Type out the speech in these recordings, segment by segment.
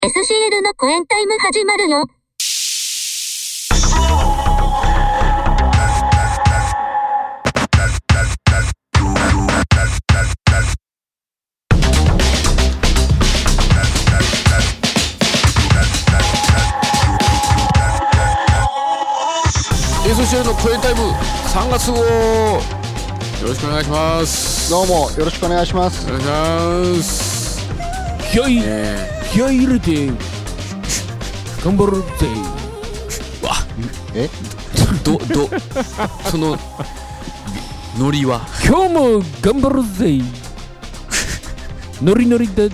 SCL のコエンタイム始まるよ。 SCL のコエンタイム3月号、よろしくお願いします。 どうもよろしくお願いします。 お願いします。 気合い入れて頑張るぜ。 わえそのノリは今日も頑張るぜ。ノリノリだぜ。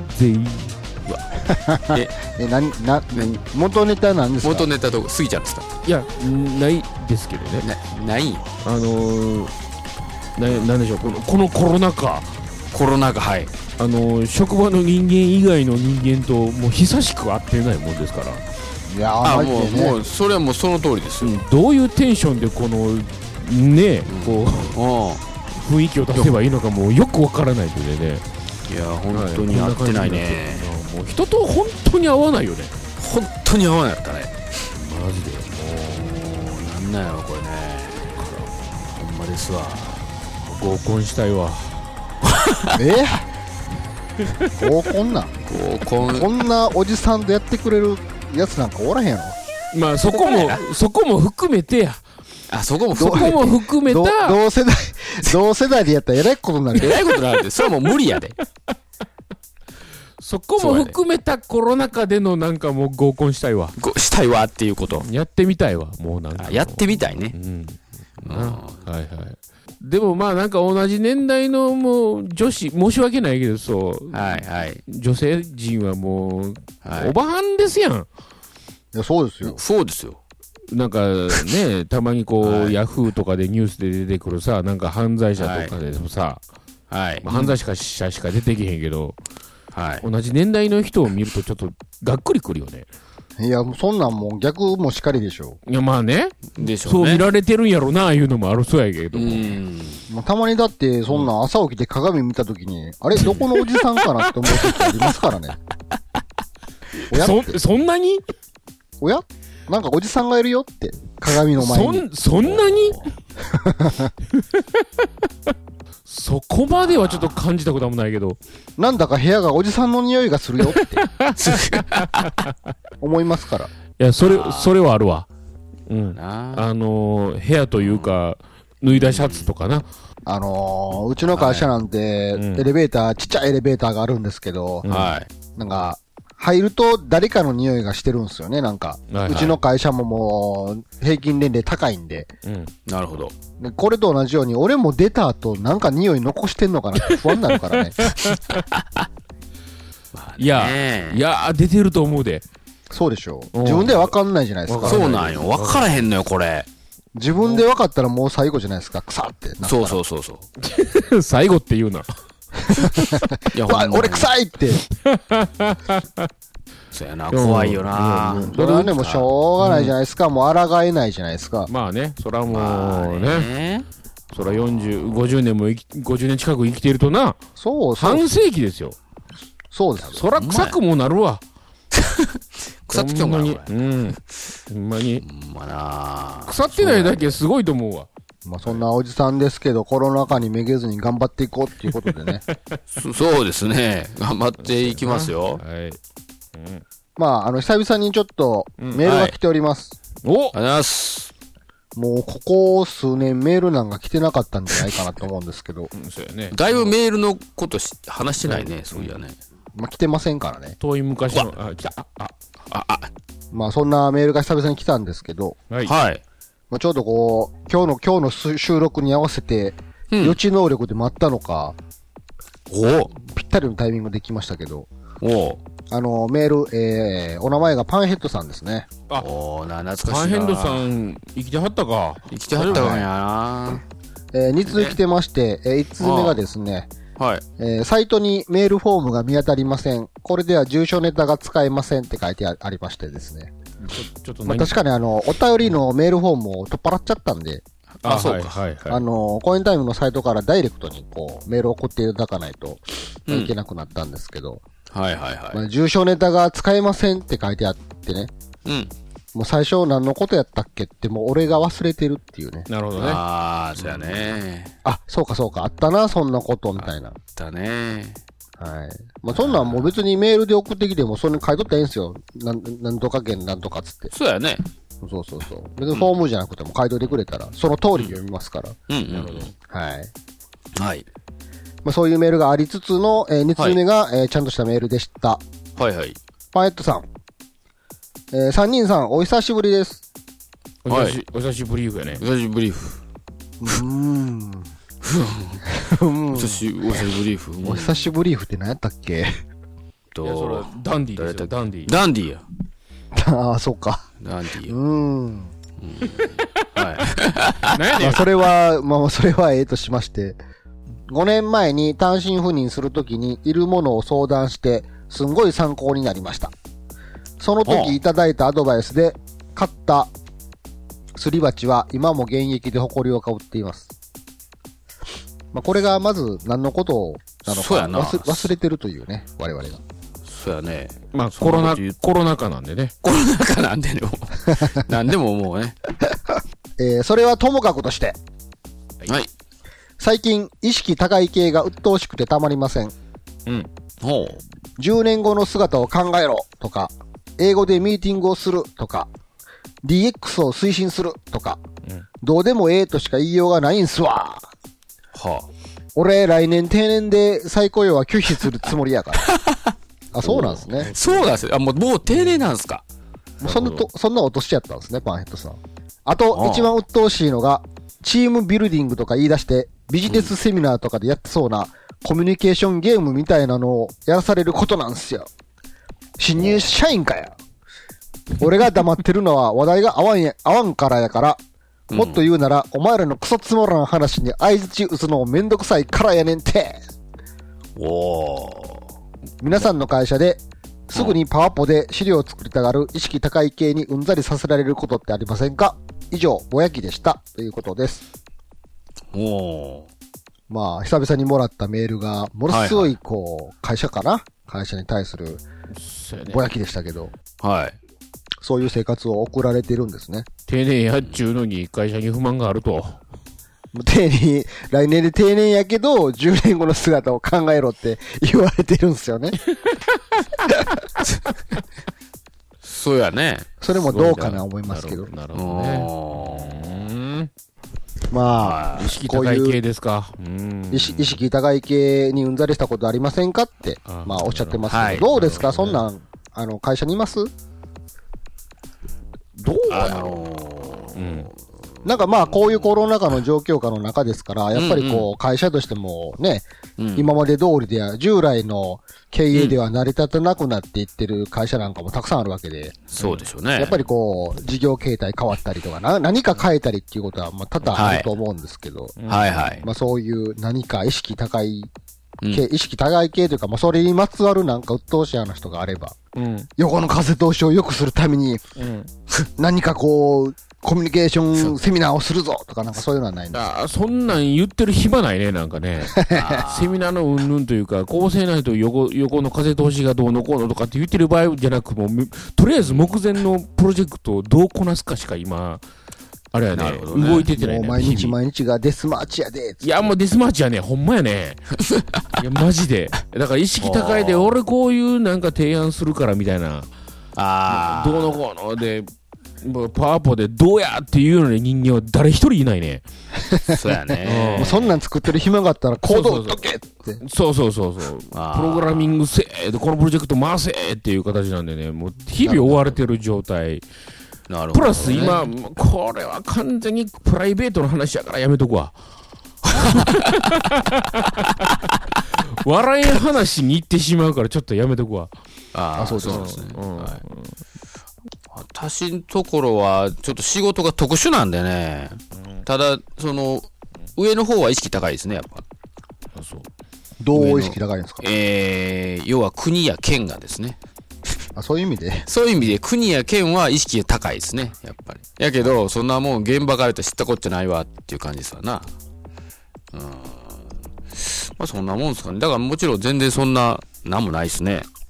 元ネタなんですか？ 元ネタと過ぎちゃうんですか？ いや、ないですけどね。 ないなんでしょう、このコロナ禍、 はい、 職場の人間以外の人間ともう久しく会ってないもんですから。 いやー、 もうそれはもうその通りですよ。 どういうテンションでこのね、こう雰囲気を出せばいいのかもうよくわからないのでね。 いや本当に合ってないね。 もう人と本当に合わないよね。 本当に合わなかったね。 マジでもうなんなんやろこれね。ほんまですわ。 合コンしたいわ。 合コンなんこんなおじさんでやってくれるやつなんかおらへんやろ。 まあそこも含めてや。 そこも含めた同世代でやったらえらいことになる。 えらいことになるって、それはもう無理やで。 そこも含めたコロナ禍でのなんかもう合コンしたいわ。 したいわっていうこと。 やってみたいわ。もうなんかやってみたいね。 はいはい。でもまあなんか同じ年代のもう女子、申し訳ないけどそう女性陣はもう、おばはんですやん。 いやそうですよ。 そうですよ。 なんかね、たまにこう、ヤフーとかでニュースで出てくるさ、なんか犯罪者とかでもさ、犯罪者しか出てけへんけど、同じ年代の人を見るとちょっとがっくりくるよね。 いや、そんなんもう逆もしかりでしょ。 いや、まあね。 でしょうね。 そう見られてるんやろな、いうのもあるそうやけど。 たまにだって、そんな朝起きて鏡見たときに、あれ、どこのおじさんかなって思う時ありますからね。 そんなに？ おやなんかおじさんがいるよって、鏡の前に。 そんなにそこまではちょっと感じたこともないけど。 なんだか部屋がおじさんの匂いがするよって。思いますから。いや、それはあるわ。うん。部屋というか、脱いだシャツとかな。 うちの会社なんて、エレベーター、ちっちゃいエレベーターがあるんですけど、なんか、入ると誰かの匂いがしてるんですよね、なんか。うちの会社ももう、平均年齢高いんで。 なるほど。 でこれと同じように、俺も出た後、なんか匂い残してんのかなって不安になるからね。 いや、出てると思うで。 そうでしょう。自分では分かんないじゃないですか。 そうなんよ。分からへんのよ、これ。 自分で分かったらもう最後じゃないですか、臭ってなったら。 そう。 最後って言うな。 いや、俺臭いって。 そうやな、怖いよな。 それはね、もうしょうがないじゃないですか。もう抗えないじゃないですか。 まあね、そらもうね。そら50年も50年近く生きているとな。半世紀ですよ。 そうですよ。 そら臭くもなるわ。 腐ってきたもんな、これ。 ほんまに。腐ってないだけすごいと思うわ。 まあそんなおじさんですけど、コロナ禍にめげずに頑張っていこうっていうことでね。 そうですね。頑張っていきますよ。 まあ、久々にちょっとメールが来ております。 ありがとうございます。 もうここ数年メールなんか来てなかったんじゃないかなと思うんですけど。 だいぶメールのこと話してないね、そういやね。 まあ来てませんからね。 遠い昔の、来た。 まあそんなメールが久々に来たんですけど。 はい。 まあ、ちょうどこう、今日の収録に合わせて、予知能力で待ったのか、ぴったりのタイミングで来ましたけど、メール、お名前がパンヘッドさんですね。 懐かしいな。 パンヘッドさん、生きてはったか。 生きてはったかやな。2通来てまして、1通目がですね、サイトにメールフォームが見当たりません。これでは住所ネタが使えませんって書いてありましてですね。 ちょっと確かにお便りのメールフォームを取っ払っちゃったんで、 そうか。 コインタイムのサイトからダイレクトにこう、メールを送っていただかないといけなくなったんですけど、 はいはいはい。 まあ、重症ネタが使えませんって書いてあってね。 うん。 もう最初何のことやったっけってもう俺が忘れてるっていうね。 なるほどね。 ああ、そうやね。 あ、そうかそうか、あったな、そんなことみたいな。 あったね。 はい。まあ、そんなんもう別にメールで送ってきても、それに書いとったらええんすよ。なんとか件なんとかっつって。 そうやね。 そうそうそう。別にフォームじゃなくても書いといてくれたら、その通りに読みますから。 うん。なるほど。 はい。 はい。 まあ、そういうメールがありつつの、2通目が、ちゃんとしたメールでした。 はいはい。 パンエットさん。3人さん、お久しぶりです。 お久しぶりーやね。 お久しぶりー。お久しぶりー。 お久しぶりーって何やったっけ？ いや、それはダンディですよ、ダンディ。 ダンディや。 ああ、そうか。 ダンディや。 はい。何やねん。それはええとしまして、5年前に単身赴任するときにいるものを相談して、すんごい参考になりました。その時いただいたアドバイスで買ったすり鉢は今も現役で埃をかぶっています。まあ、これがまず何のことなのか忘れてるというね、我々が。 そうやね。 まあコロナ禍なんでね。 コロナ禍なんでね。なんでももうね。 それはともかくとして。 はい。 最近意識高い系が鬱陶しくてたまりません。 うん。ほう。 10年後の姿を考えろとか、英語でミーティングをするとか、DX を推進するとか、どうでもええとしか言いようがないんすわ。 はあ、 俺来年定年で再雇用は拒否するつもりやから。あ、そうなんですね。 そうなんですよ。あ、もう定年なんすか。 もうそんな落としちゃったんですね、パンヘッドさん。あと、一番鬱陶しいのが、チームビルディングとか言い出して、ビジネスセミナーとかでやってそうな、コミュニケーションゲームみたいなのをやらされることなんすよ。新入社員かや。俺が黙ってるのは話題が合わんからやから、もっと言うなら、お前らのクソつまらん話に相槌打つのもめんどくさいからやねんて。皆さんの会社ですぐにパワポで資料を作りたがる意識高い系にうんざりさせられることってありませんか？以上、ぼやきでした。ということです。まあ、久々にもらったメールが、ものすごい、会社かな？会社に対する、ぼやきでしたけど。 はい。 そういう生活を送られているんですね。 定年やっちゅうのに会社に不満があると。 来年で定年やけど、10年後の姿を考えろって言われてるんですよね。 そうやね。 それもどうかな思いますけど。 なるほどね。 まあ、 意識高い系ですか。 意識高い系にうんざりしたことありませんかって、まあおっしゃってますけど、どうですか？そんなん、会社にいます？ どうやろう。 なんかまあこういうコロナ禍の状況下の中ですから、やっぱり会社としてもね、今まで通りでは従来の経営では成り立たなくなっていってる会社なんかもたくさんあるわけで。 そうでしょうね。 やっぱり事業形態変わったりとか何か変えたりっていうことはまあ多々あると思うんですけど。 はいはい。 まあそういう何か意識高い系というか、まあそれにまつわるなんか鬱陶しい話とかあれば、横の風通しを良くするために、何かコミュニケーションセミナーをするぞとかなんかそういうのはないんですか？ そんなん言ってる暇ないね、なんかね。セミナーのうんぬんというか、公正ないと横の風通しがどうのこうのとかって言ってる場合じゃなく、もう、とりあえず目前のプロジェクトをどうこなすかしか今、あれやね、動いててないね。 もう毎日がデスマーチやで。 いや、もうデスマーチやね、ほんまやね。いや、マジで。だから意識高いで、俺こういうなんか提案するからみたいな。どうのこうので、パワポでどうやっていうのに人間は誰一人いないね。 そうやね。 もうそんなん作ってる暇があったらコード打っとけって。 そう。プログラミングせーで、このプロジェクト回せーっていう形なんでね、もう日々追われてる状態。 なるほど、ね。 プラス今、これは完全にプライベートの話やからやめとくわ。笑い話に行ってしまうからちょっとやめとくわ。 そうですね。 私のところはちょっと仕事が特殊なんでね、ただ上の方は意識高いですね、やっぱ。 どう意識高いんですか？ 要は国や県がですね。 そういう意味でそういう意味で国や県は意識が高いですね、やっぱり。やけどそんなもん現場からと知ったこっちゃないわっていう感じですわな。まあそんなもんですかね。だからもちろん全然そんななんもないですね。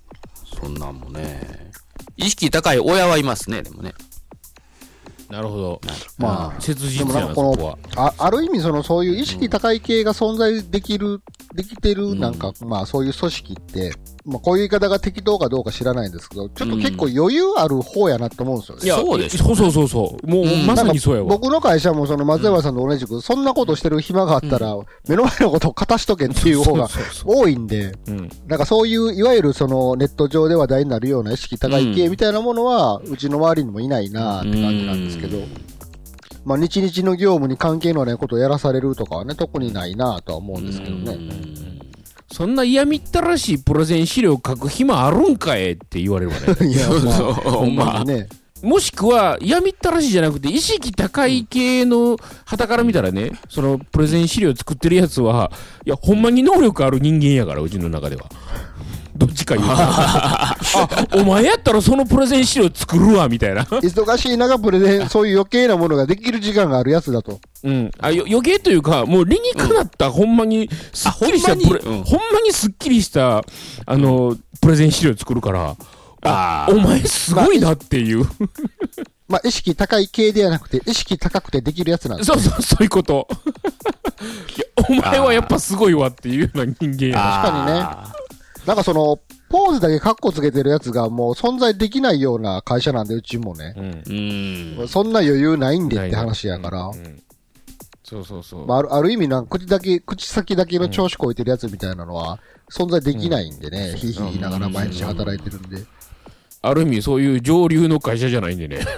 そんなんもね。意識高い親はいますね、でもね。 なるほど。 まあ、 切実やな、 そこは。ある意味、そういう意識高い系が存在できてる、なんか、まあ、そういう組織って、まあ、こういう言い方が適当かどうか知らないんですけど、ちょっと結構余裕ある方やなと思うんですよね。 いや、そうです。 そう。もう、まさにそうやわ。 僕の会社も松山さんと同じく、そんなことしてる暇があったら、目の前のことを片しとけっていう方が多いんで、なんかそういう、いわゆるネット上で話題になるような意識高い系みたいなものは、うちの周りにもいないなって感じなんですけど、まあ、日々の業務に関係のないことをやらされるとかはね、特にないなとは思うんですけどね。 そんな嫌みったらしいプレゼン資料書く暇あるんかいって言われるわね。 いや、ほんまにね。 もしくは、嫌みったらしいじゃなくて、意識高い系の旗から見たらね、そのプレゼン資料作ってるやつは、いや、ほんまに能力ある人間やから、うちの中では。どっちか言うと。あ、お前やったらそのプレゼン資料作るわ、みたいな。 忙しい中プレゼン、そういう余計なものができる時間があるやつだと。 うん。余計というか、もう理にかなった、ほんまにすっきりしたほんまにすっきりした、プレゼン資料作るから、お前すごいなっていう。 まあ、意識高い系ではなくて、意識高くてできるやつなんです。 そういうこと。いや、お前はやっぱすごいわっていうような人間や。 確かにね。なんかポーズだけカッコつけてるやつがもう存在できないような会社なんで、うちもね。そんな余裕ないんでって話やから。 そう。 まあ、ある意味口先だけの調子こいてるやつみたいなのは存在できないんでね。ひいひい言いながら毎日働いてるんで。 ある意味そういう上流の会社じゃないんでね。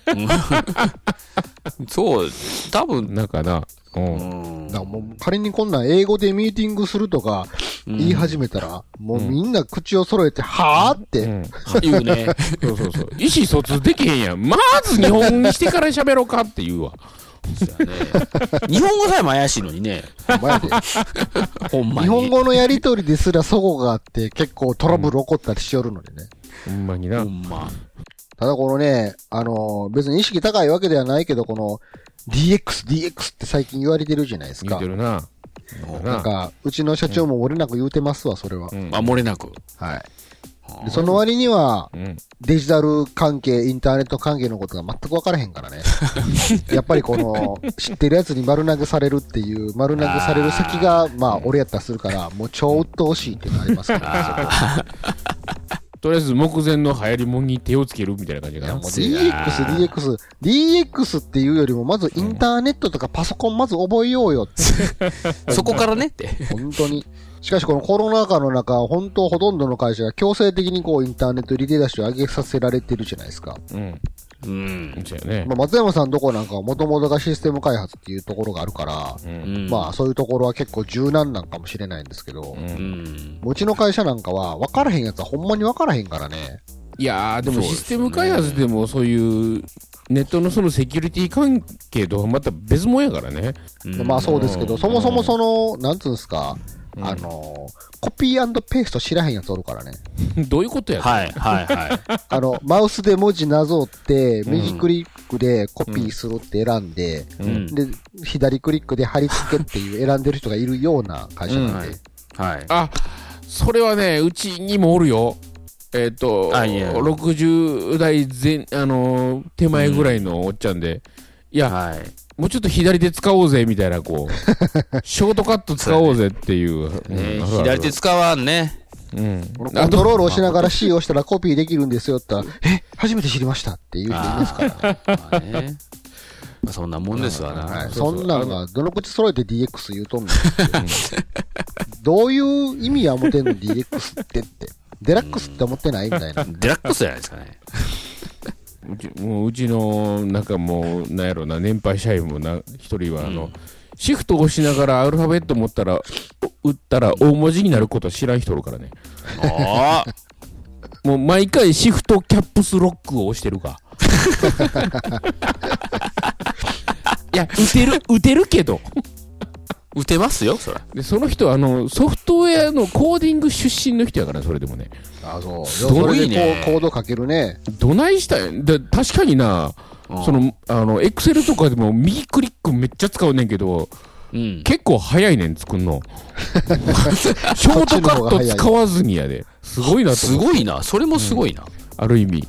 そう、多分。 なんかな。 だもう仮にこんなん英語でミーティングするとか言い始めたら、もうみんな口を揃えて、はぁって、 言うね。 そう。意思疎通できへんやん。まず日本にしてから喋ろうかって言うわ。 日本語さえも怪しいのにね。 ほんまに。日本語のやりとりですら齟齬があって結構トラブル起こったりしよるのにね。 ほんまにな。 ただこのね、別に意識高いわけではないけど、この DX って最近言われてるじゃないですか。 言ってるな。 なんか、うちの社長も漏れなく言うてますわ、それは。 漏れなく。 はい。でその割には、デジタル関係、インターネット関係のことが全く分からへんからね。やっぱり知ってるやつに丸投げされるっていう、丸投げされる先が、まあ、俺やったらするから、もう超鬱陶しいっていうのありますからね。 とりあえず目前の流行りもんに手をつけるみたいな感じかな。 DX っていうよりも、まずインターネットとかパソコンまず覚えようよって。 そこからねって。 本当に。しかしこのコロナ禍の中、本当ほとんどの会社が強制的にインターネットリテラシーを上げさせられてるじゃないですか。 そうやね。 まあ、松山さんとこなんかは元々がシステム開発っていうところがあるから、まあそういうところは結構柔軟なんかもしれないんですけど、うちの会社なんかは分からへんやつはほんまに分からへんからね。 いやー、でもシステム開発でもそういうネットのそのセキュリティ関係とはまた別物やからね。 まあそうですけど、そもそもなんつうんですか、コピー&ペースト知らへんやつおるからね。 どういうことやはい。 マウスで文字なぞって、右クリックでコピーするって選んで、で、左クリックで貼り付けっていう選んでる人がいるような会社なんで。 あ、それはね、うちにもおるよ。60代手前ぐらいのおっちゃんで。いや、もうちょっと左手使おうぜみたいな、ショートカット使おうぜっていう。 左手使わんね。 コントロールをしながら C を押したらコピーできるんですよって言ったら、初めて知りましたって言う人いますからね。 そんなもんですわな。 そんなんが、どの口揃えて DX 言うとんのどういう意味は持てんの DX ってって。デラックスって思ってないみたいな。 デラックスじゃないですかね。 うちの、なんかもう、なんやろな、年配社員も一人は、シフトを押しながらアルファベット打ったら大文字になること知らん人おるからね。もう毎回シフトキャップスロックを押してるか。いや、打てるけど。 打てますよ、そら。 で、その人は、ソフトウェアのコーディング出身の人やから、それでもね。 そう。それでコードかけるね。 どないしたんで、確かにな、エクセルとかでも右クリックめっちゃ使うねんけど、 結構早いねん、作んの。ショートカット使わずにやで。すごいなとすごいな。それもすごいな。 ある意味。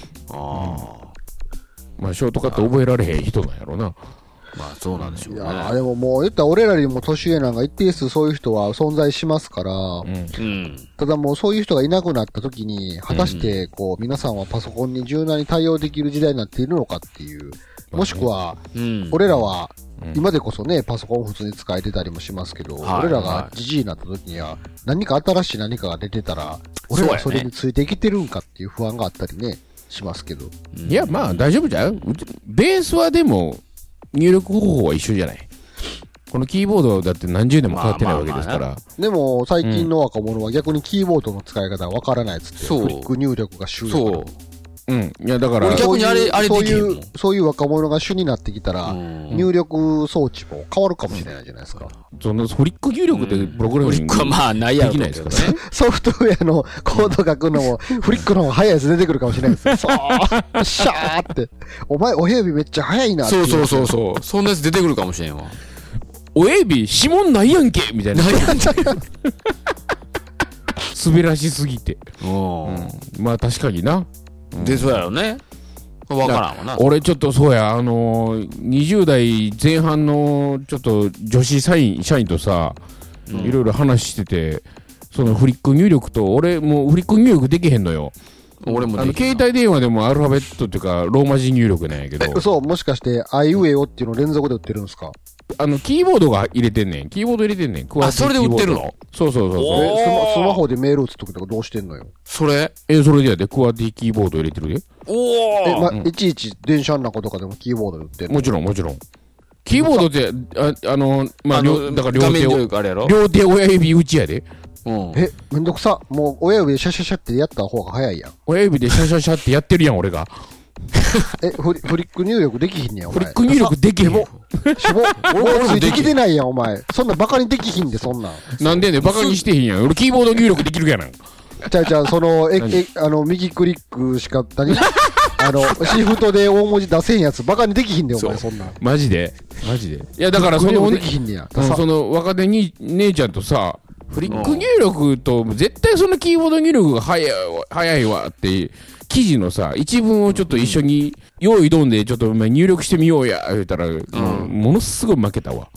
まあ、ショートカット覚えられへん人なんやろうな。 まあ、そうなんでしょうね。 いやでももう言ったら俺らよりも年上なんか一定数そういう人は存在しますから、ただもうそういう人がいなくなった時に、果たしてこう、皆さんはパソコンに柔軟に対応できる時代になっているのかっていう、もしくは、俺らは、今でこそね、パソコン普通に使えてたりもしますけど、俺らがじじいになった時には、何か新しい何かが出てたら、俺らはそれについていけてるんかっていう不安があったりね、しますけど。 いや、まあ大丈夫じゃん。ベースはでも、入力方法は一緒じゃない。このキーボードだって何十年も変わってないわけですから。 でも、最近の若者は逆にキーボードの使い方がわからないっつって、フリック入力が主要。 いや、だから、 逆にあれできるもん。 そういう若者が主になってきたら、入力装置も変わるかもしれないじゃないですか。 そのフリック入力でプログラミングフリックはまあないやろできないですからね。 ソフトウェアのコード書くのも、フリックの方が早いやつ出てくるかもしれないですよ。そう、シャーって。お前、親指めっちゃ早いなって。 そう。そんなやつ出てくるかもしれんわ。 親指、指紋ないやんけみたいな。滑らしすぎて。まあ確かにな。 で、そうやろね。わからんわな。 俺ちょっとそうや、20代前半のちょっと女子社員とさ、いろいろ話してて、そのフリック入力と、俺もうフリック入力できへんのよ。 俺も携帯電話でもアルファベットっていうか、ローマ字入力なんやけど。 そう、もしかして、あいうえおっていうの連続で売ってるんですか？ キーボードが入れてんねん。キーボード入れてんねん。 あ、それで売ってるの？ そう。 スマホでメール打つときとかどうしてんのよ。 それそれでやで、クワティキーボード入れてるで。 いちいち電車の中とかでもキーボードで売ってんの？ もちろん。キーボードって、まあ、だから両手親指打ちやで。 めんどくさ。もう親指でシャシャシャってやった方が早いやん。 親指でシャシャシャってやってるやん、俺が。 フリック入力できひんねや、お前。 フリック入力できへん。 しぼ。俺もできてないやん、お前。そんなバカにできひんで、そんなん。 なんでね、バカにしてへんやん。俺キーボード入力できるやん。 じゃあ、右クリックしか、シフトで大文字出せんやつ、バカにできひんで、お前、そんなん。 マジで。いや、だからその、 できひんねや。 その若手に、姉ちゃんとさ、フリック入力と、絶対そのキーボード入力が早いわって、記事のさ、一文をちょっと一緒に、用意どんで、ちょっと入力してみようや、言うたら、ものすごい負けたわ。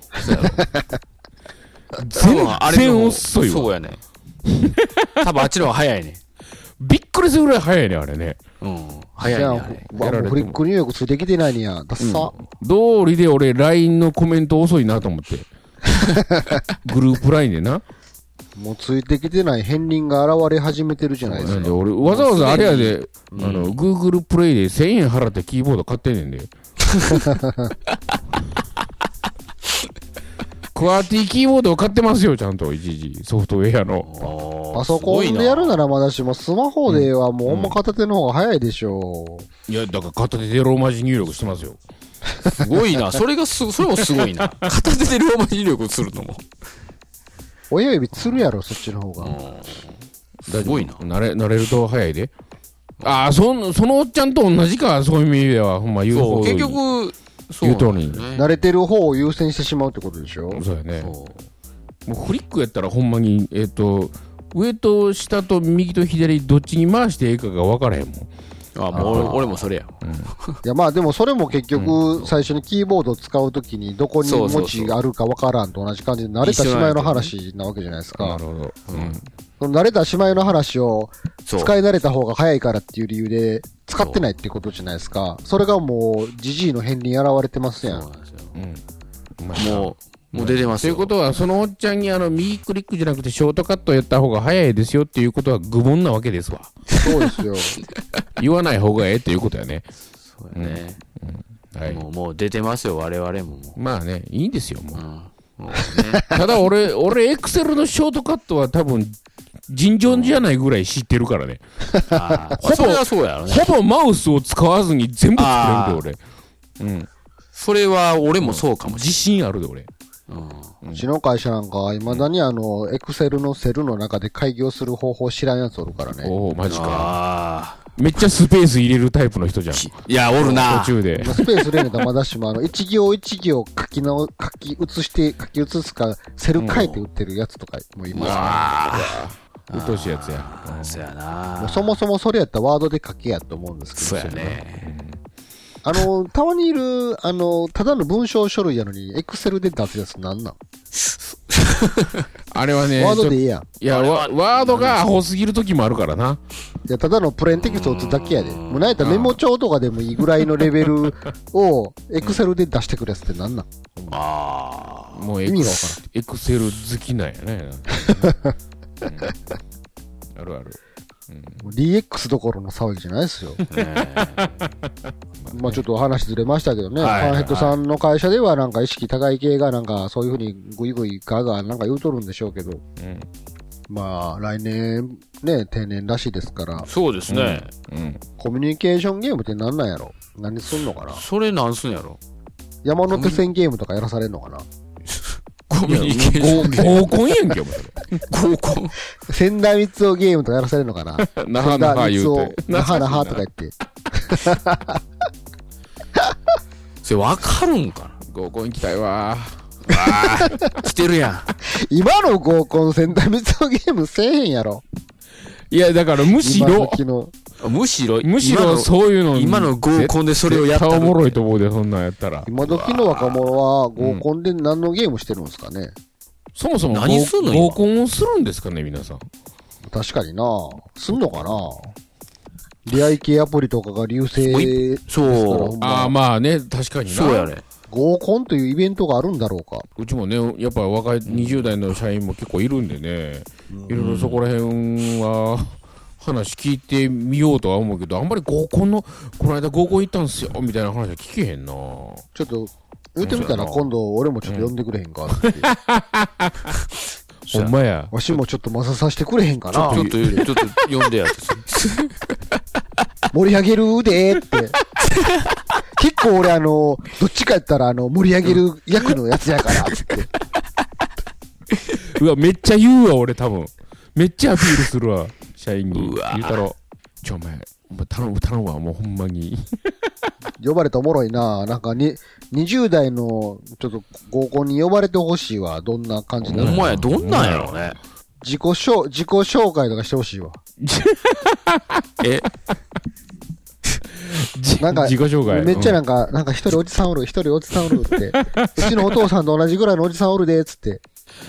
全然遅いわ。 そうやね。多分あっちの方が早いね。 びっくりするぐらい早いね、あれね。 早いね。フリック入力ついてきてないねや。ダッサ。 道理で俺、LINE のコメント遅いなと思って。グループ LINE でな。 もうついてきてない片鱗が現れ始めてるじゃないですか。 俺、わざわざあれやで、Google プレイで1000円払ってキーボード買ってんねんで。クワティキーボードを買ってますよ、ちゃんと、一時。ソフトウェアの。 パソコンでやるならまだしも、スマホではもうほんま片手の方が早いでしょう。いや、だから片手でローマ字入力してますよ。 すごいな。それもすごいな。片手でローマ字入力するのも。 親指つるやろ、そっちの方が。 すごいな。 慣れると早いで。ああ、そのおっちゃんと同じか、そういう意味では、ほんま言う方結局、 言うとおりに。 慣れてる方を優先してしまうってことでしょ？ そうやね。もうフリックやったらほんまに、上と下と右と左どっちに回してええかが分からへんもん。 もう俺もそれや。 いや、まあでもそれも結局、最初にキーボードを使うときにどこに文字があるか分からんと同じ感じで慣れたしまいの話なわけじゃないですか。 なるほど。 その慣れたしまいの話を使い慣れた方が早いからっていう理由で使ってないってことじゃないですか。それがもう、ジジイの片鱗現れてますやん。 もう出てますよ。 ということは、そのおっちゃんに右クリックじゃなくてショートカットやった方が早いですよっていうことは愚問なわけですわ。 そうですよ。 言わない方がええっていうことやね。 そうやね。もう出てますよ、我々も。 まあね、いいんですよ、もう。ただ俺、エクセルのショートカットは多分、尋常じゃないぐらい知ってるからね。ほぼマウスを使わずに全部作れるで、俺。 それは俺もそうかも。 自信あるで、俺。 うちの会社なんかは未だにエクセルのセルの中で開業する方法知らんやつおるからね。 おお、マジか。 めっちゃスペース入れるタイプの人じゃん。 いや、おるな。 途中で。 スペース入れるのはまだしも、一行一行書き写すか、セル書いて売ってるやつとかもいますね。うっとうしいやつや。 そうやな。 もうそもそもそれやったらワードで書けやと思うんですけど。 そうやね。 たまにいる、ただの文章書類やのに、エクセルで出すやつなんなんあれはね、 ワードでいいやん。 いや、ワードがアホすぎる時もあるからな。 いや、ただのプレーンテキストを打つだけやで。もうなんやったらメモ帳とかでもいいぐらいのレベルを、エクセルで出してくるやつってなんなん？ もう意味がわからん。 エクセル好きなんやね。あるある。 DX どころの騒ぎじゃないですよ。まあちょっと話ずれましたけどね。ファンヘッドさんの会社ではなんか意識高い系がなんかそういう風にグイグイガーガーなんか言うとるんでしょうけど。まあ来年ね、定年らしいですから。 そうですね。 コミュニケーションゲームって何なんやろ？何すんのかな？ それなんすんやろ？ 山手線ゲームとかやらされんのかな？ コミュニケーション。 合コンやんけ、お前。 合コン。 仙台三つおゲームとかやらされるのかな？ 那覇那覇言うて。 那覇那覇とか言って。 それわかるんかな？ 合コン行きたいわ。 来てるやん。 今の合コン仙台三つおゲームせえへんやろ。 いや、だからむしろそういうの今の合コンでそれをやったらおもろいと思うで、そんなんやったら。 今時の若者は合コンで何のゲームしてるんですかね？ そもそも何すんの合コンをするんですかね、皆さん。 確かにな。すんのかな？出会い系アプリとかが流星ですから。 そう。 まあね、確かにな。 そうやね。 合コンというイベントがあるんだろうか。 うちもね、やっぱ若い20代の社員も結構いるんでね、いろいろそこら辺は話聞いてみようとは思うけど、あんまり合コンの、この間合コン行ったんすよ、みたいな話は聞けへんな。 ちょっと、言ってみたら今度俺もちょっと呼んでくれへんかって。 ほんまや。 わしもちょっと混ぜさせてくれへんかな。 ちょっと呼んでやつ。 盛り上げるでーって。結構俺どっちかやったら盛り上げる役のやつやからって。 うわ、めっちゃ言うわ、俺多分。めっちゃアピールするわ、社員に。言うたろ。お前頼むわ、もうほんまに。 呼ばれたおもろいな。なんか20代のちょっと合コンに呼ばれてほしいわ。どんな感じなの？ ほんまや、どんなんやろうね。 自己紹介とかしてほしいわ。なんか、 自己紹介。 めっちゃなんか一人おじさんおるって。うちのお父さんと同じぐらいのおじさんおるで、つって。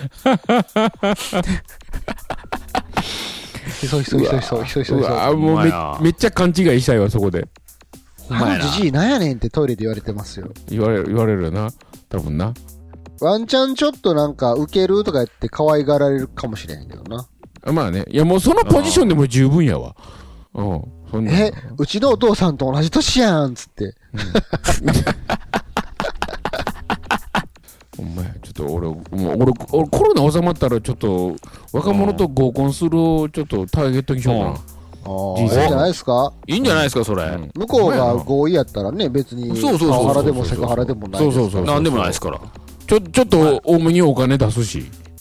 ひそ。 うわ、もうめっちゃ勘違いしたいわ、そこで。 じじいなんやねんってトイレで言われてますよ。 言われるよな。多分な。 ワンチャンちょっとなんかウケるとか言って可愛がられるかもしれへんけどな。 まあね。いやもうそのポジションでも十分やわ。 うちのお父さんと同じ年やんつって。 お前ちょっと俺コロナ収まったらちょっと若者と合コンするをちょっとターゲットにしようかな。 いいんじゃないですか？ いいんじゃないですか、それ。 向こうが合意やったらね、別にパワハラでもセクハラでもないですから。 そう。 なんでもないですから。 ちょっと多めにお金出すし。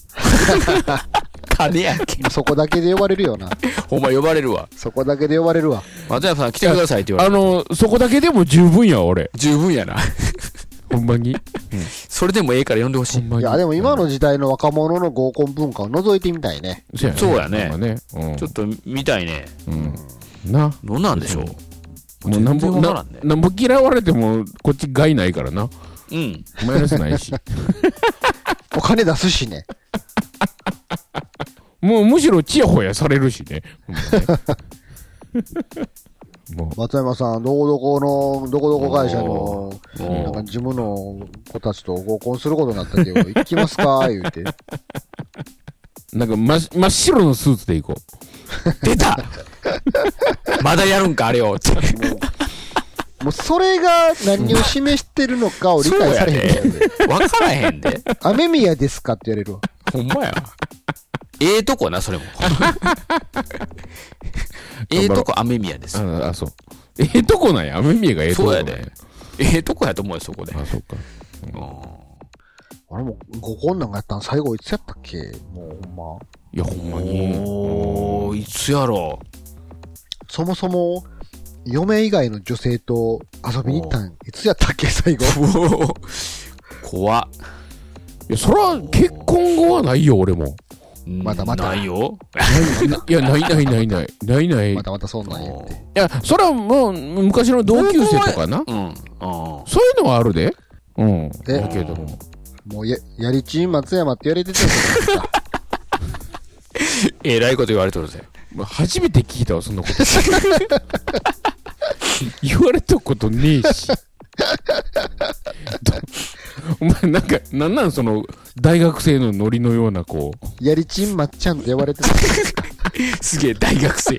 金やけん。 そこだけで呼ばれるよな。 ほんま呼ばれるわ。 そこだけで呼ばれるわ。 松山さん来てくださいって言われる。 そこだけでも十分や、俺。 十分やな。 ほんまに。 それでもええから呼んでほしい。 いや、でも今の時代の若者の合コン文化を覗いてみたいね。 そうやね。ちょっと見たいね。 な。 どうなんでしょう。 もうなんぼ嫌われてもこっち害ないからな。マイナスないし。 お金出すしね。 もうむしろチヤホヤされるしね。 もう松山さん、どこ会社の、なんか事務の子たちと合コンすることになったけど、行きますか言うて。 なんか真っ白のスーツで行こう。出たまだやるんか、あれを。 もうそれが何を示してるのかを理解されへんで。 わからへんで。 雨宮ですかって言われるわ。 ほんまや。ええとこな、それも。ええとこ雨宮です。 そう。ええとこなんや。雨宮がええとこ。 そうやで。ええとこやと思うよ、そこで。 そうか。 あれも合コンなんかやったん最後いつやったっけ？もうほんま。 いや、ほんまに。 いつやろう。 そもそも、 嫁以外の女性と遊びに行ったん、いつやったっけ、最後。 怖っ。 いや、そら、結婚後はないよ、俺も。 また。 ないよ。 いや、ない。 またそんなん言って。いや、それはもう、昔の同級生とかな。そういうのはあるで。だけども。 もうやりちん松山って言われてたじゃないですか。 えらいこと言われとるぜ。 初めて聞いたわ、そんなこと。言われたことねえし。お前なんなんその、大学生のノリのようなこう。 やりちんまっちゃんって呼ばれてた。 すげえ、大学生。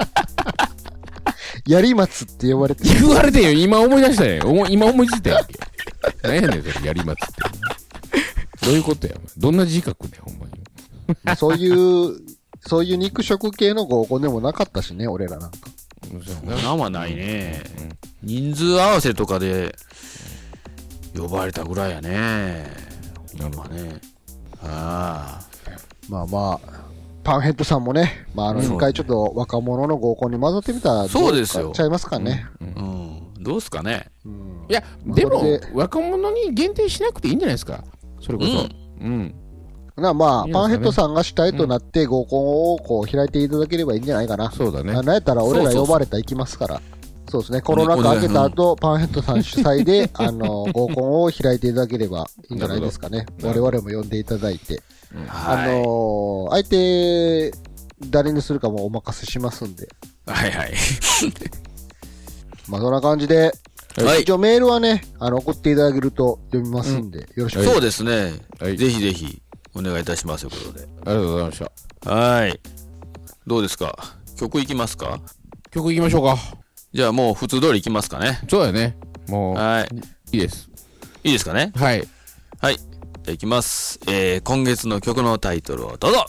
やりまつって呼ばれてた。 言われてんよ、今思い出したね。今思いついたやんけ。何やねん、それ、やりまつって。どういうことや。どんな自覚ね、ほんまに。 そういう肉食系の合コンでもなかったしね、俺らなんか。 なんはないね。人数合わせとかで呼ばれたぐらいやね。 なるほどね。 ああ。まあ、パンヘッドさんもね、一回ちょっと若者の合コンに混ざってみたらそうですよ。 ちゃいますかね。 どうすかね。 いや、でも、若者に限定しなくていいんじゃないですか。それこそ。 パンヘッドさんが主体となって合コンをこう開いていただければいいんじゃないかな。 そうだね。 なんやったら俺ら呼ばれたら行きますから。そうですね。コロナ禍明けた後、パンヘッドさん主催で、合コンを開いていただければいいんじゃないですかね。我々も呼んでいただいて。相手、誰にするかもお任せしますんで。 はいはい。 そんな感じで、一応メールはね、送っていただけると読みますんで、よろしくお願いします。 そうですね。ぜひぜひ、お願いいたしますということで。 ありがとうございました。 はい。どうですか？曲いきますか？ 曲いきましょうか。 じゃあもう普通通りいきますかね。 そうだね。もう、 はい。 いいです。 いいですかね？ はい。 はい。じゃあいきます。今月の曲のタイトルをどうぞ。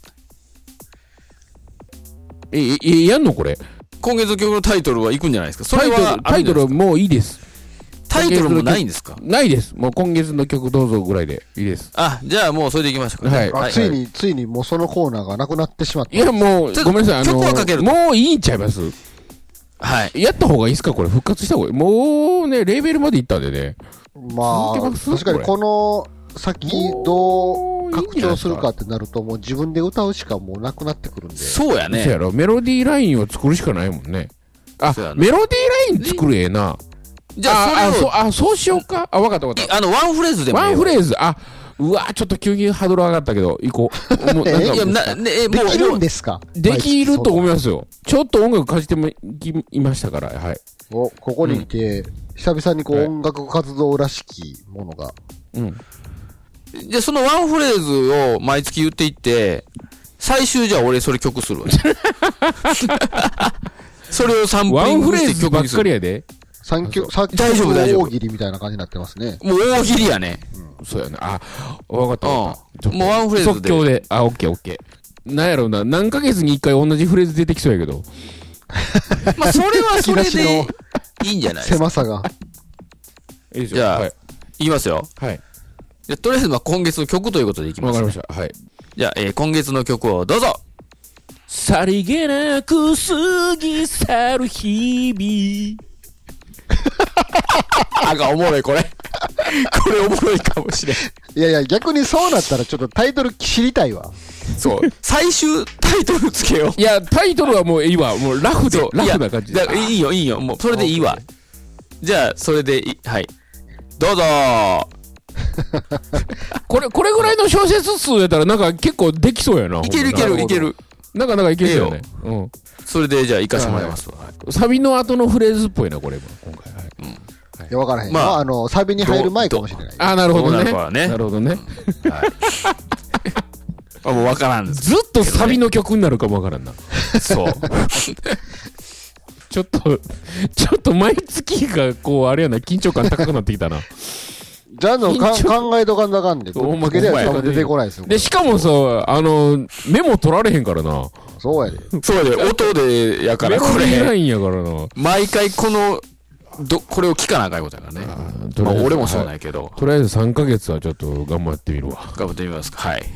やんのこれ？ 今月の曲のタイトルはいくんじゃないですか？それはタイトルはもういいです。 タイトルもないんですか？ ないです。もう今月の曲どうぞぐらいでいいです。 じゃあもうそれでいきましょうかね。 はい。ついにもうそのコーナーがなくなってしまった。 いやもう、ごめんなさい。 曲はかける。 もういいんちゃいます？ はい。 やった方がいいですかこれ？復活した方がいい。もうね、レーベルまで行ったんでね。 確かにこの先どう拡張するかってなるともう自分で歌うしかもうなくなってくるんで。 そうやね。 そうやろ。メロディーラインを作るしかないもんね。メロディーライン作るええな。じゃあ、そうしようか。わかった。ワンフレーズでもワンフレーズ。うわ、ちょっと急にハードル上がったけど、行こう。もうできるんですか？ できると思いますよ。ちょっと音楽かじっていましたから、はい。 ここに来て、久々に音楽活動らしきものが。 じゃあそのワンフレーズを毎月言っていって、最終じゃあ俺それ曲するわ。それをサンプリングして曲にする。 ワンフレーズばっかりやで。 大丈夫。大喜利みたいな感じになってますね。 もう大喜利やね。 そうやね。わかった。 もうワンフレーズで。 即興で。オッケー。なんやろうな。何ヶ月に一回同じフレーズ出てきそうやけど。 それはそれでいいんじゃないですか。 狭さが。 じゃあ、いきますよ。 はい。 じゃとりあえず今月の曲ということでいきます。 わかりました。はい。 じゃあ、今月の曲をどうぞ。 さりげなく過ぎ去る日々。 おもろい、これ。これおもろいかもしれん。 いや、逆にそうなったらちょっとタイトル知りたいわ。 そう。最終タイトルつけよう。 いや、タイトルはもういいわ。もうラフな感じで。 いいよ。もう、それでいいわ。じゃあ、それではい。どうぞこれぐらいの小説数やったらなんか結構できそうやな。 いける。 なかなかいけるよね。 それでじゃあ行かせてもらいますわ。 サビの後のフレーズっぽいな、これも。今回。 いや、わからへん。サビに入る前かもしれない。 なるほどね。 なるほどね。 もうわからんです。 ずっとサビの曲になるかもわからんな。 そう。 ちょっと毎月があれやな、緊張感高くなってきたな。 じゃあ考えとかんだかんで。おまけでは出てこないですよ。 で、しかもさ、メモ取られへんからな。 そうやで。 音でやから、これ。 メロディーラインやからな。 毎回これを聞かなあかんことやからね。俺もそうないけど。 とりあえず3ヶ月はちょっと頑張ってみるわ。 頑張ってみますか。はい。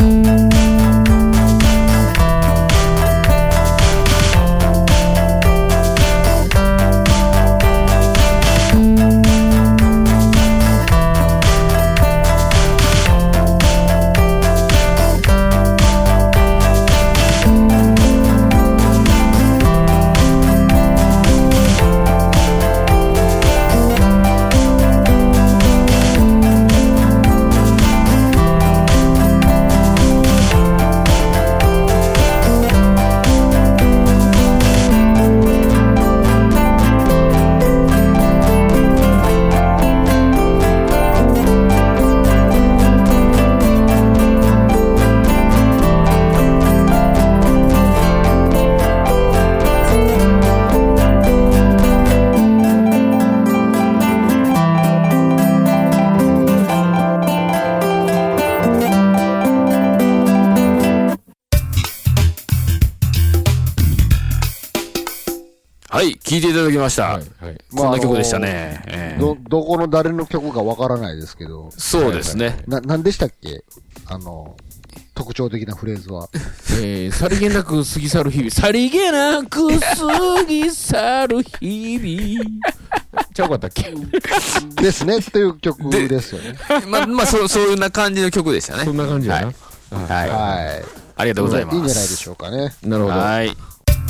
聴いていただきました。はいはい、こんな曲でしたね。 どこの誰の曲かわからないですけど。 そうですね。 なんでしたっけ特徴的なフレーズは。 さりげなく過ぎ去る日々。さりげなく過ぎ去る日々。ちゃうかったっけですね、っていう曲ですよね。 まあ、そういうな感じの曲でしたね。 そんな感じだな。 はい。はい。ありがとうございます。 いいんじゃないでしょうかね。 なるほど。 はい。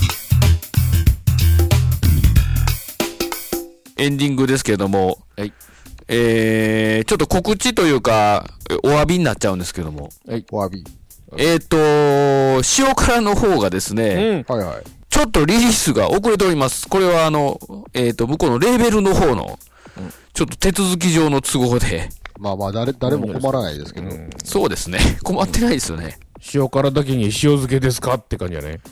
エンディングですけれども、はい、ちょっと告知というか、お詫びになっちゃうんですけども。 はい、お詫び。 塩辛の方がですね、 はいはい。 ちょっとリリースが遅れております。これは向こうのレーベルの方の、ちょっと手続き上の都合で。 まあまあ、誰も困らないですけど。 そうですね。困ってないですよね。 塩辛だけに塩漬けですかって感じじゃない？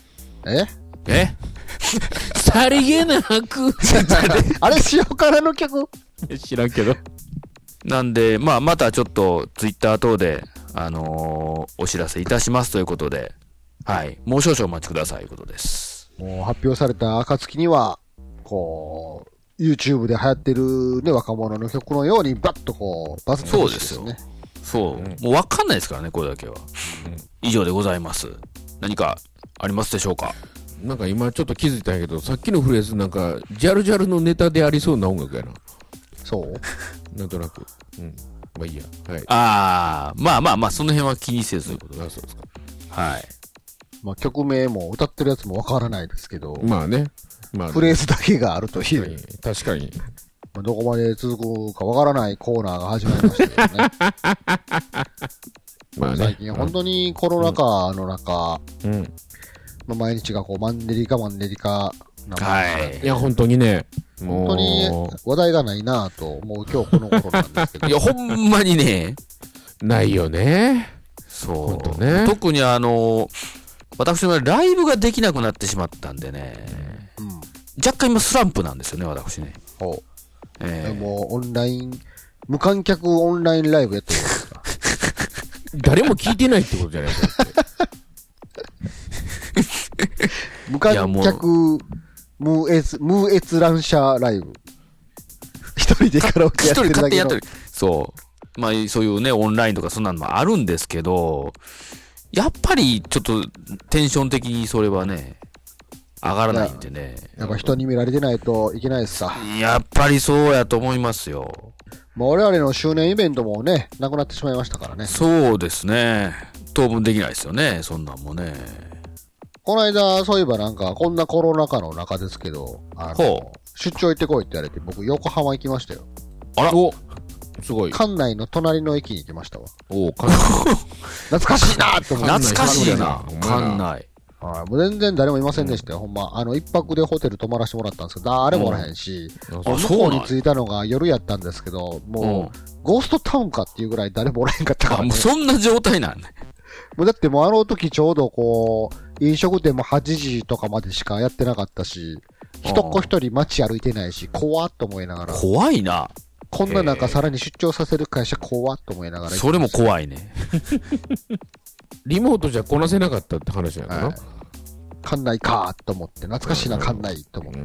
さりげなくあれ塩辛の曲知らんけど。 なんで、またちょっとツイッター等で、お知らせいたしますということで、はい。もう少々お待ちくださいということです。 もう発表された暁には、こう、YouTube で流行ってるね、若者の曲のようにバッとこう、バズってほしいですね。 そうですよ。そう。もうわかんないですからね、これだけは。以上でございます。何かありますでしょうか？ なんか今ちょっと気づいたんやけど、さっきのフレーズなんか、ジャルジャルのネタでありそうな音楽やな。 そうなんとなく。まあいいや。はい。 まあ、その辺は気にせずということで。 そうですか。 はい。 まあ曲名も歌ってるやつもわからないですけど。 まあね。 フレーズだけがあるという。 確かに。 どこまで続くかわからないコーナーが始まりましたけどね。まあね。最近本当にコロナ禍の中、毎日がこうマンネリ化なもので、 はい。 いや、本当にね。 本当に話題がないなぁと思う今日この頃なんですけど。 いや、ほんまにね。 ないよね。 そう。ね、特に私のライブができなくなってしまったんでね。若干今スランプなんですよね、私ね。 もうオンライン、無観客オンラインライブやってるんですか？ 誰も聞いてないってことじゃないですか。 無観客無閲覧者ライブ。一人でカラオケやってるだけの。一人勝手にやってる。 そう。まあ、そういうね、オンラインとかそんなのもあるんですけど、やっぱりちょっとテンション的にそれはね、上がらないんでね。 やっぱ人に見られてないといけないですか。 やっぱりそうやと思いますよ。 まあ我々の周年イベントもね、なくなってしまいましたからね。 そうですね。当分できないですよね、そんなんもね。 この間、そういえばなんか、こんなコロナ禍の中ですけど、出張行ってこいって言われて、僕、横浜行きましたよ。 あらすごい。 館内の隣の駅に行きましたわ。 懐かしいなーって思って。 懐かしいな、館内。 もう全然誰もいませんでしたよ、ほんま。一泊でホテル泊まらせてもらったんですけど、誰もおらへんし、向こうに着いたのが夜やったんですけど、もう、ゴーストタウンかっていうぐらい誰もおらへんかったから、ね。 もうそんな状態なんね。 もうだってもう時ちょうどこう、飲食店も8時とかまでしかやってなかったし、一っ子一人街歩いてないし、怖っと思いながら。 怖いな。 こんななんかさらに出張させる会社怖っと思いながら。 それも怖いね。 リモートじゃこなせなかったって話なのかな、 館内かーと思って、懐かしいな館内と思って。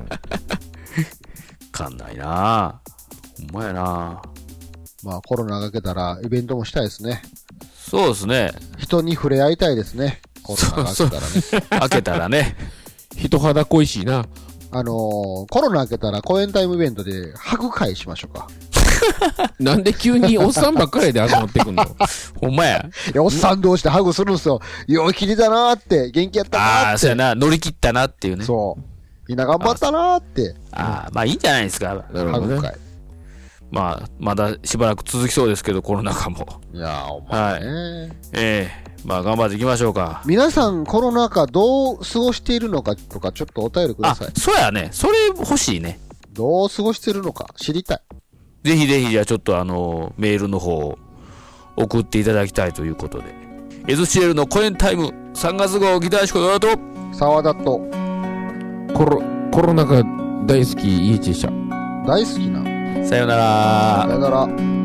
館内なぁ。ほんまやなぁ。 まあコロナが明けたらイベントもしたいですね。 そうですね。 人に触れ合いたいですね。コロナが明けたらね。 明けたらね。 人肌恋しいな。 コロナ明けたら公演タイムイベントでハグ会しましょうか。 なんで急におっさんばっかりで集まってくんのほんまや。 いや、おっさん同士でハグするんすよ。よいきりだなーって、元気やったなーって。 ああ、そうやな。乗り切ったなっていうね。 そう。みんな頑張ったなーって。 ああ、まあいいんじゃないですか。 ハグ会。 まあ、まだしばらく続きそうですけど、コロナ禍も。 いやー、お前ね。 まあ頑張っていきましょうか。 皆さんコロナ禍どう過ごしているのかとかちょっとお便りください。 そうやね。それ欲しいね。 どう過ごしているのか知りたい。 ぜひぜひじゃあちょっとメールの方を送っていただきたいということで。エズシエルの公演タイム3月号ギターシコドラと沢田とコロナ禍大好きイエチでした。 大好きな。 さよなら。 さよなら。